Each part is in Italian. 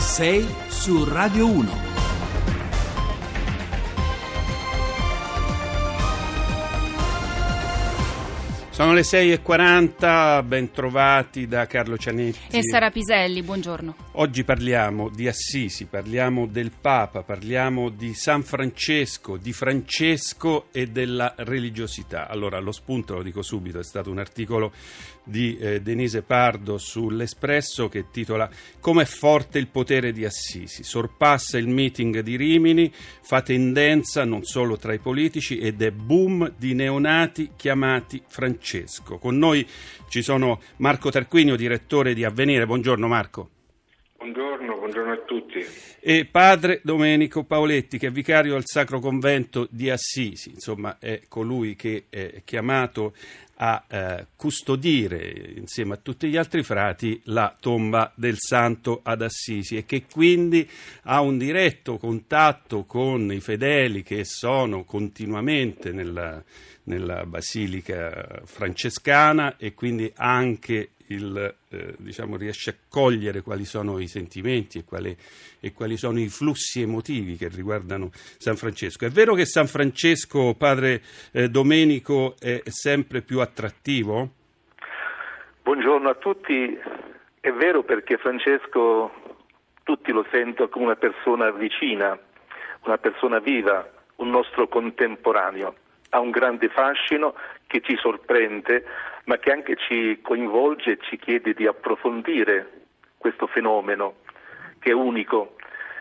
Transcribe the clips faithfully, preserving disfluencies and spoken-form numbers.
sei su Radio uno. Sono le sei e quaranta, ben trovati da Carlo Cianetti e Sara Piselli, buongiorno. Oggi parliamo di Assisi, parliamo del Papa, parliamo di San Francesco, di Francesco e della religiosità. Allora, lo spunto, lo dico subito, è stato un articolo di eh, Denise Pardo sull'Espresso che titola "Com'è forte il potere di Assisi, sorpassa il meeting di Rimini, fa tendenza non solo tra i politici ed è boom di neonati chiamati Francesco". Con noi ci sono Marco Tarquinio, direttore di Avvenire. Buongiorno Marco. Buongiorno, buongiorno a tutti. E padre Domenico Paoletti, che è vicario al Sacro Convento di Assisi, insomma è colui che è chiamato a eh, custodire insieme a tutti gli altri frati la tomba del santo ad Assisi e che quindi ha un diretto contatto con i fedeli che sono continuamente nella, nella basilica francescana e quindi anche il, eh, diciamo, riesce a cogliere quali sono i sentimenti e quali, e quali sono i flussi emotivi che riguardano San Francesco. È vero che San Francesco, padre eh, Domenico, è sempre più attrattivo? Buongiorno a tutti. È vero, perché Francesco tutti lo sentono come una persona vicina, una persona viva, un nostro contemporaneo. Ha un grande fascino che ci sorprende, ma che anche ci coinvolge e ci chiede di approfondire questo fenomeno che è unico.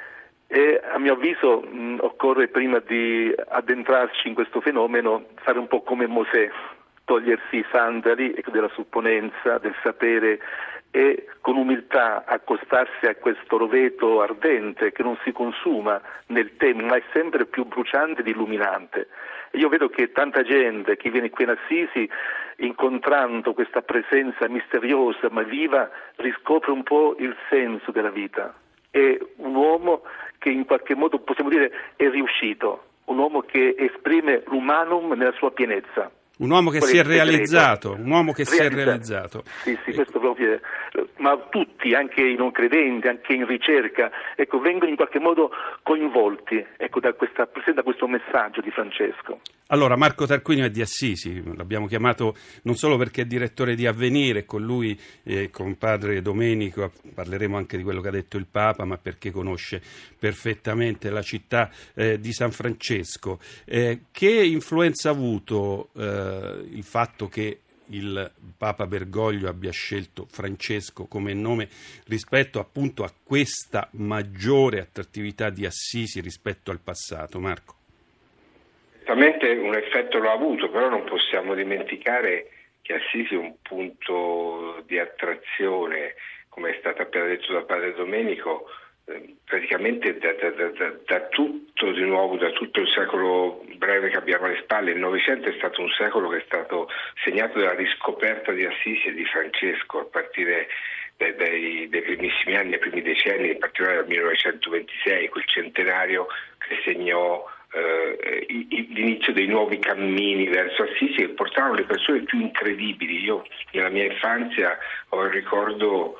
E a mio avviso mh, occorre, prima di addentrarci in questo fenomeno, fare un po' come Mosè, togliersi i sandali della supponenza, del sapere, e con umiltà accostarsi a questo roveto ardente che non si consuma nel tempo, ma è sempre più bruciante ed illuminante. Io vedo che tanta gente che viene qui in Assisi, incontrando questa presenza misteriosa ma viva, riscopre un po' il senso della vita. È un uomo che in qualche modo, possiamo dire, è riuscito, un uomo che esprime l'umanum nella sua pienezza. Un uomo che Qual si è è realizzato, un uomo che Realizza- si è realizzato. Sì, sì, questo proprio. Ma tutti, anche i non credenti, anche in ricerca, ecco, vengono in qualche modo coinvolti, ecco, da questa, da questo messaggio di Francesco. Allora, Marco Tarquinio è di Assisi, l'abbiamo chiamato non solo perché è direttore di Avvenire, con lui e eh, con padre Domenico parleremo anche di quello che ha detto il Papa, ma perché conosce perfettamente la città eh, di San Francesco. Eh, che influenza ha avuto eh, il fatto che il Papa Bergoglio abbia scelto Francesco come nome rispetto appunto a questa maggiore attrattività di Assisi rispetto al passato? Marco? Certamente un effetto l'ha avuto, però non possiamo dimenticare che Assisi è un punto di attrazione, come è stato appena detto da padre Domenico, eh, praticamente da, da, da, da tutto di nuovo, da tutto il secolo breve che abbiamo alle spalle. Il Novecento è stato un secolo che è stato segnato dalla riscoperta di Assisi e di Francesco, a partire dai, dai, dai primissimi anni, dai primi decenni, in particolare dal millenovecentoventisei, quel centenario che segnò eh, l'inizio dei nuovi cammini verso Assisi che portarono le persone più incredibili. Io nella mia infanzia ho il ricordo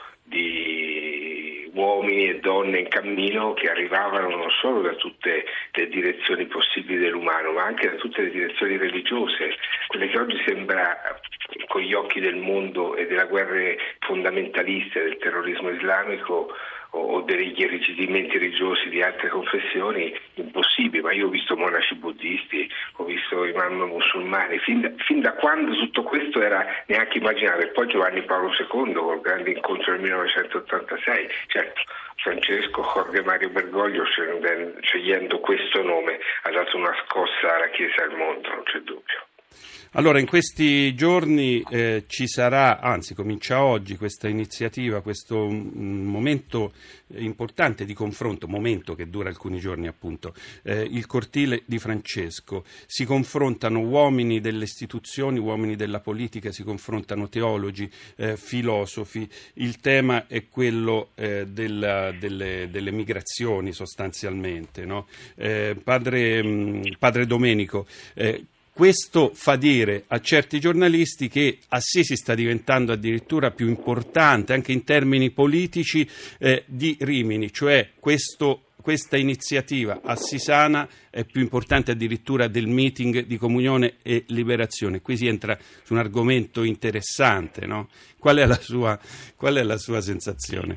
di uomini e donne in cammino che arrivavano non solo da tutte le direzioni possibili dell'umano, ma anche da tutte le direzioni religiose, quelle che oggi sembra, con gli occhi del mondo e delle guerre fondamentaliste, del terrorismo islamico o degli irrigidimenti religiosi di altre confessioni, impossibili. Ma io ho visto monaci buddisti, ho visto imam musulmani, fin da, fin da quando tutto questo era neanche immaginabile. Poi Giovanni Paolo secondo, col grande incontro del millenovecentottantasei, certo, Francesco Jorge Mario Bergoglio, scegliendo questo nome, ha dato una scossa alla Chiesa e al mondo, non c'è dubbio. Allora, in questi giorni eh, ci sarà, anzi comincia oggi questa iniziativa, questo um, momento importante di confronto, momento che dura alcuni giorni appunto, eh, il cortile di Francesco. Si confrontano uomini delle istituzioni, uomini della politica, si confrontano teologi, eh, filosofi. Il tema è quello eh, della, delle, delle migrazioni sostanzialmente, no? Eh, padre, mh, padre Domenico, eh, Questo fa dire a certi giornalisti che Assisi sta diventando addirittura più importante anche in termini politici eh, di Rimini, cioè questo Questa iniziativa assisana è più importante addirittura del meeting di Comunione e Liberazione. Qui si entra su un argomento interessante, no? Qual è la sua, qual è la sua sensazione?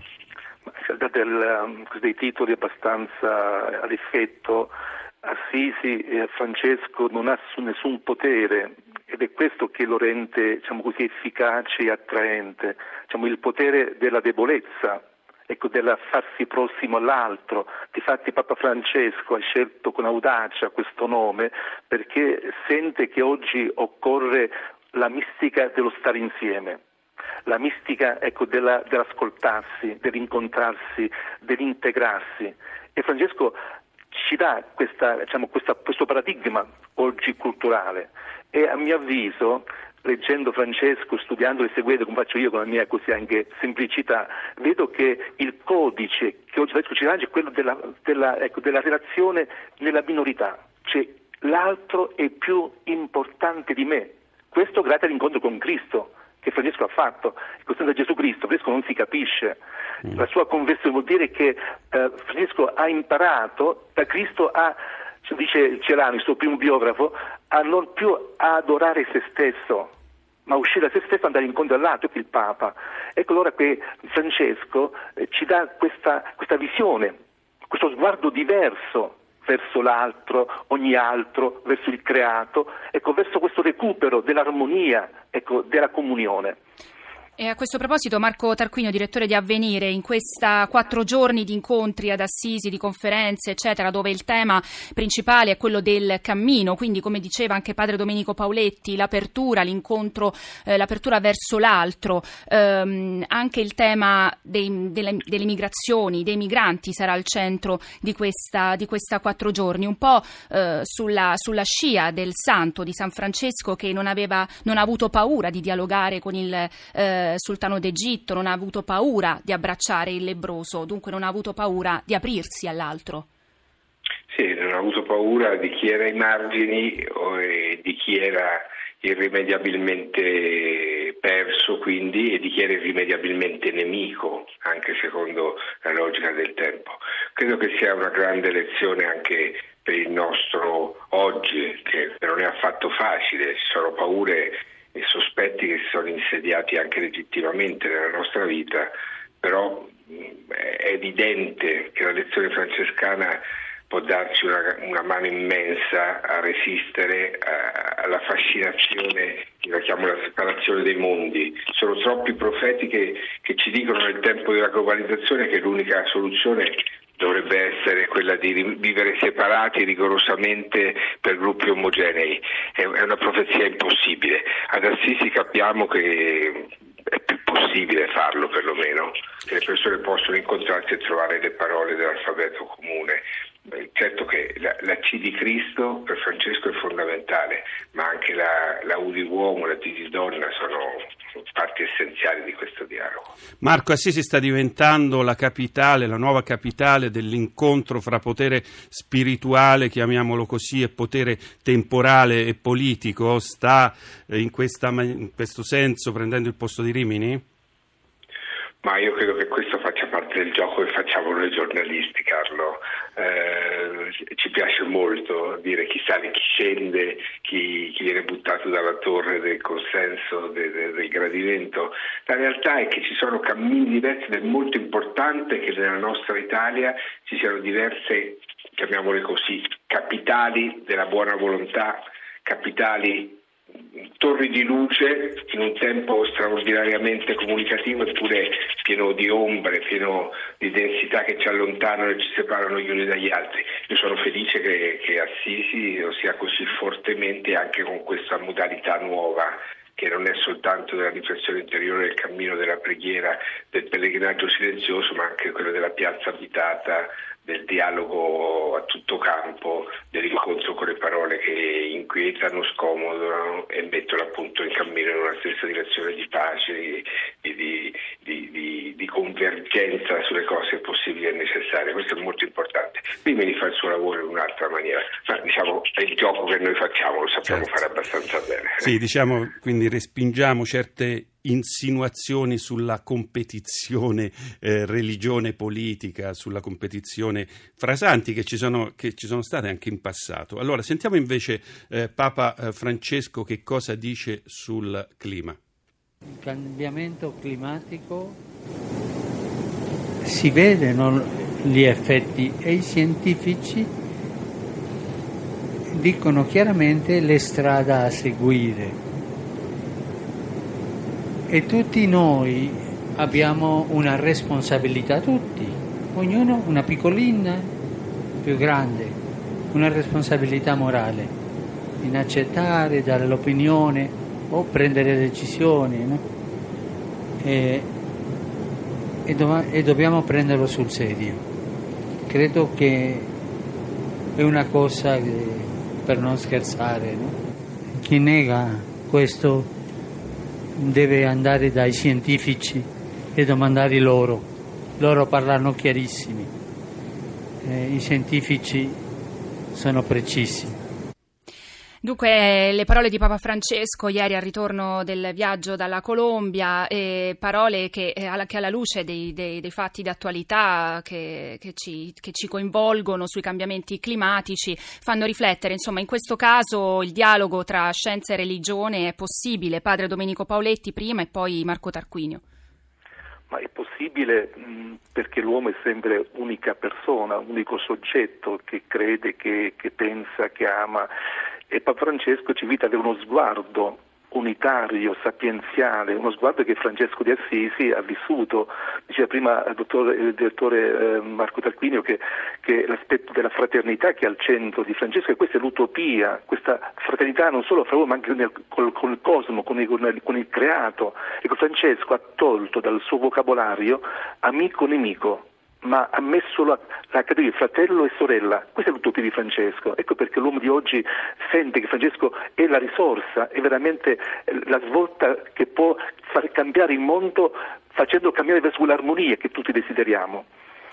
Del, dei titoli abbastanza ad effetto, Assisi e Francesco non ha nessun potere ed è questo che lo rende, diciamo così, efficace e attraente, diciamo, il potere della debolezza. Ecco, della farsi prossimo all'altro. Difatti Papa Francesco ha scelto con audacia questo nome perché sente che oggi occorre la mistica dello stare insieme, la mistica, ecco, della, dell'ascoltarsi, dell'incontrarsi, dell'integrarsi. E Francesco ci dà questa, diciamo, questa, questo paradigma oggi culturale e a mio avviso, leggendo Francesco, studiandolo e seguendo come faccio io con la mia così anche semplicità, vedo che il codice che oggi Francesco ci dà è quello della, della, ecco, della relazione nella minorità, cioè l'altro è più importante di me. Questo grazie all'incontro con Cristo che Francesco ha fatto, il senza Gesù Cristo, Francesco non si capisce. La sua conversione vuol dire che eh, Francesco ha imparato da Cristo a, dice Celano, il suo primo biografo, a non più adorare se stesso, ma uscire da se stesso e andare incontro all'altro, che il Papa. Ecco allora che Francesco eh, ci dà questa, questa visione, questo sguardo diverso verso l'altro, ogni altro, verso il creato, ecco, verso questo recupero dell'armonia, ecco, della comunione. E a questo proposito Marco Tarquinio, direttore di Avvenire, in questa quattro giorni di incontri ad Assisi, di conferenze eccetera, dove il tema principale è quello del cammino, quindi come diceva anche padre Domenico Pauletti, l'apertura, l'incontro, eh, l'apertura verso l'altro, ehm, anche il tema dei, delle, delle migrazioni, dei migranti sarà al centro di questa, di questa quattro giorni, un po' eh, sulla, sulla scia del santo di San Francesco che non aveva, non ha avuto paura di dialogare con il eh, sultano d'Egitto, non ha avuto paura di abbracciare il lebbroso, dunque non ha avuto paura di aprirsi all'altro. Sì, non ha avuto paura di chi era ai margini o di chi era irrimediabilmente perso, quindi, e di chi era irrimediabilmente nemico, anche secondo la logica del tempo. Credo che sia una grande lezione anche per il nostro oggi, che non è affatto facile, ci sono paure e sospetti che si sono insediati anche legittimamente nella nostra vita, però è evidente che la lezione francescana può darci una, una mano immensa a resistere a, alla fascinazione, che la chiamo la separazione dei mondi. Sono troppi profeti che, che ci dicono nel tempo della globalizzazione che l'unica soluzione dovrebbe essere quella di vivere separati rigorosamente per gruppi omogenei. È una profezia impossibile. Ad Assisi capiamo che è più possibile farlo, perlomeno, che le persone possono incontrarsi e trovare le parole dell'alfabeto comune. Certo che la, la C di Cristo per Francesco è fondamentale, ma anche la, la U di uomo, la D di donna sono parti essenziali di questo dialogo. Marco, Assisi sta diventando la capitale, la nuova capitale dell'incontro fra potere spirituale, chiamiamolo così, e potere temporale e politico. Sta in, questa, in questo senso prendendo il posto di Rimini? Ma io credo che questo faccia parte del gioco che facciamo noi giornalisti, Carlo. Eh, ci piace molto dire chi sale, chi scende, chi, chi viene buttato dalla torre del consenso, de, de, del gradimento. La realtà è che ci sono cammini diversi ed è molto importante che nella nostra Italia ci siano diverse, chiamiamole così, capitali della buona volontà, capitali torri di luce in un tempo straordinariamente comunicativo eppure pieno di ombre, pieno di densità che ci allontanano e ci separano gli uni dagli altri. Io sono felice che, che Assisi lo sia così fortemente anche con questa modalità nuova, che non è soltanto della riflessione interiore, del cammino della preghiera, del pellegrinaggio silenzioso, ma anche quello della piazza abitata, del dialogo a tutto campo, dell'incontro con le parole che inquietano, scomodano e mettono appunto in cammino in una stessa direzione di pace, di, di, di, di, di convergenza sulle cose possibili e necessarie. Questo è molto importante. Rimini fa il suo lavoro in un'altra maniera, ma diciamo è il gioco che noi facciamo, lo sappiamo certo. fare abbastanza bene. Sì, diciamo, quindi respingiamo certe insinuazioni sulla competizione eh, religione politica, sulla competizione fra santi che ci sono, che ci sono state anche in passato. Allora sentiamo invece eh, Papa eh, Francesco che cosa dice sul clima. Il cambiamento climatico si vedono gli effetti e i scientifici dicono chiaramente le strade a seguire. E tutti noi abbiamo una responsabilità, tutti, ognuno una piccolina, più grande, una responsabilità morale, in accettare, dare l'opinione o prendere decisioni, no? E, e, dov- e dobbiamo prenderlo sul serio. Credo che è una cosa che, per non scherzare, no? Chi nega questo deve andare dai scientifici e domandare loro, loro parlano chiarissimi, eh, i scientifici sono precisi. Dunque le parole di Papa Francesco ieri al ritorno del viaggio dalla Colombia, eh, parole che, eh, che alla luce dei, dei, dei fatti d'attualità che, che, ci, che ci coinvolgono sui cambiamenti climatici fanno riflettere. Insomma, in questo caso il dialogo tra scienza e religione è possibile. Padre Domenico Pavoletti prima e poi Marco Tarquinio. Ma è possibile mh, perché l'uomo è sempre unica persona, unico soggetto che crede, che, che pensa, che ama. E Papa Francesco ci invita ad avere uno sguardo unitario, sapienziale, uno sguardo che Francesco di Assisi ha vissuto. Diceva prima il, dottor, il direttore eh, Marco Tarquinio che, che l'aspetto della fraternità che è al centro di Francesco, e questa è l'utopia, questa fraternità non solo fra uomo ma anche nel, col, col cosmo, con il, con il creato. Ecco, Francesco ha tolto dal suo vocabolario amico-nemico, ma ha messo la, la categoria fratello e sorella. Questa è l'utopia di Francesco. Ecco perché l'uomo di oggi sente che Francesco è la risorsa, è veramente la svolta che può far cambiare il mondo, facendo cambiare verso quell'armonia che tutti desideriamo.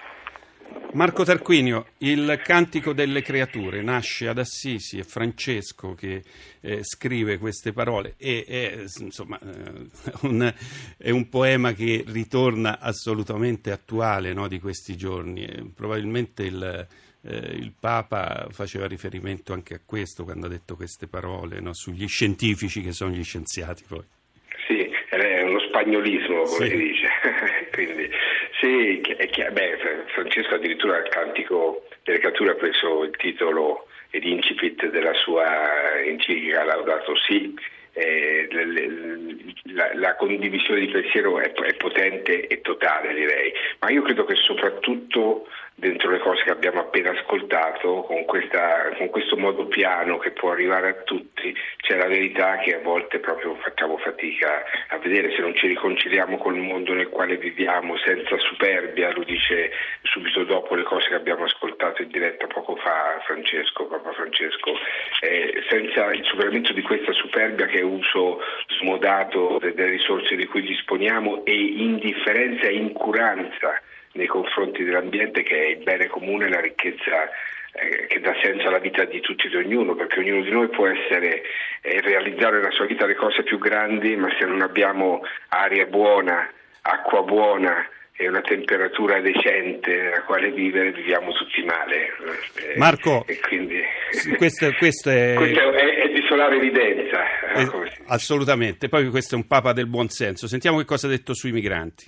Marco Tarquinio, il Cantico delle Creature nasce ad Assisi, è Francesco che eh, scrive queste parole e è, insomma, eh, un, è un poema che ritorna assolutamente attuale, no, di questi giorni. E probabilmente il, eh, il Papa faceva riferimento anche a questo quando ha detto queste parole, no, sugli scientifici che sono gli scienziati poi. Sì, è uno spagnolismo, come si dice, quindi... Sì, è chiaro. Beh, Francesco addirittura al Cantico delle Creature ha preso il titolo ed incipit della sua enciclica Laudato Si. Eh, le, le, la, la condivisione di pensiero è, è potente e totale, direi, ma io credo che soprattutto dentro le cose che abbiamo appena ascoltato, con, questa, con questo modo piano che può arrivare a tutti, c'è la verità che a volte proprio facciamo fatica a vedere se non ci riconciliamo col mondo nel quale viviamo, senza superbia. Lo dice subito dopo le cose che abbiamo ascoltato in diretta poco fa Francesco, Papa Francesco, eh, senza il superamento di questa superbia che è uso smodato delle risorse di cui disponiamo e indifferenza e incuranza nei confronti dell'ambiente, che è il bene comune, la ricchezza eh, che dà senso alla vita di tutti e di ognuno, perché ognuno di noi può essere eh, realizzare nella sua vita le cose più grandi, ma se non abbiamo aria buona, acqua buona e una temperatura decente nella quale vivere, viviamo tutti male. Eh, Marco, e quindi questo, questo, è... questo è, è di solare evidenza. È, assolutamente, poi questo è un Papa del buonsenso. Sentiamo che cosa ha detto sui migranti.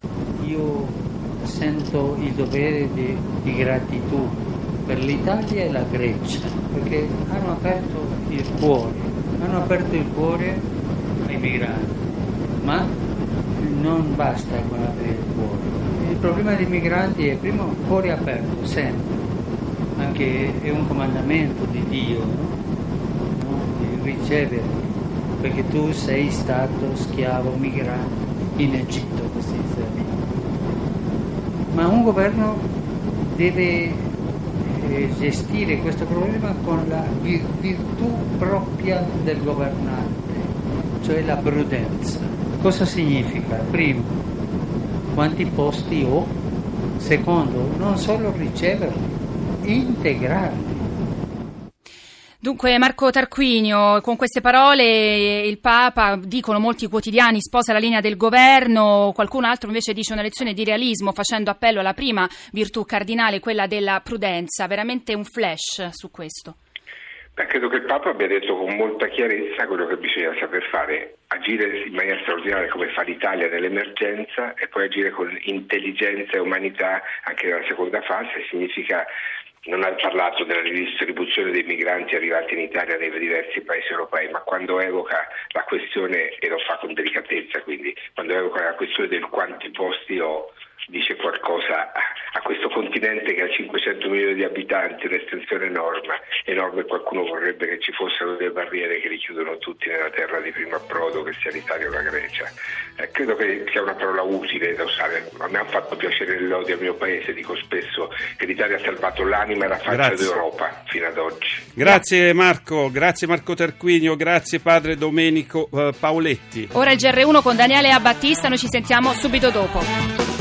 Io sento il dovere di, di gratitudine per l'Italia e la Grecia, perché hanno aperto il cuore, hanno aperto il cuore ai migranti, ma non basta con aprire il cuore. Il problema dei migranti è prima un cuore aperto, sempre, anche è un comandamento di Dio, no? No? Di riceverli, perché tu sei stato schiavo migrante in Egitto, così si dice. Ma un governo deve eh, gestire questo problema con la vir- virtù propria del governante, cioè la prudenza. Cosa significa? Primo, quanti posti ho? Secondo, non solo riceverli, integrarli. Dunque Marco Tarquinio, con queste parole il Papa, dicono molti quotidiani, sposa la linea del governo, qualcun altro invece dice una lezione di realismo facendo appello alla prima virtù cardinale, quella della prudenza. Veramente un flash su questo. Beh, credo che il Papa abbia detto con molta chiarezza quello che bisogna saper fare, agire in maniera straordinaria come fa l'Italia nell'emergenza e poi agire con intelligenza e umanità anche nella seconda fase. Significa non ha parlato della ridistribuzione dei migranti arrivati in Italia nei diversi paesi europei, ma quando evoca la questione, e lo fa con delicatezza, quindi quando evoca la questione del quanti posti ho, dice qualcosa a questo continente che ha cinquecento milioni di abitanti, un'estensione enorme, enorme, e qualcuno vorrebbe che ci fossero delle barriere che li chiudono tutti nella terra di primo approdo, che sia l'Italia o la Grecia. Eh, credo che sia una parola utile da usare. A me ha fatto piacere l'odio al mio paese, dico spesso che l'Italia ha salvato l'anima e la faccia Grazie. d'Europa fino ad oggi. Grazie Marco, grazie Marco Tarquinio, grazie padre Domenico uh, Paoletti. Ora il G R uno con Daniele Battista, noi ci sentiamo subito dopo.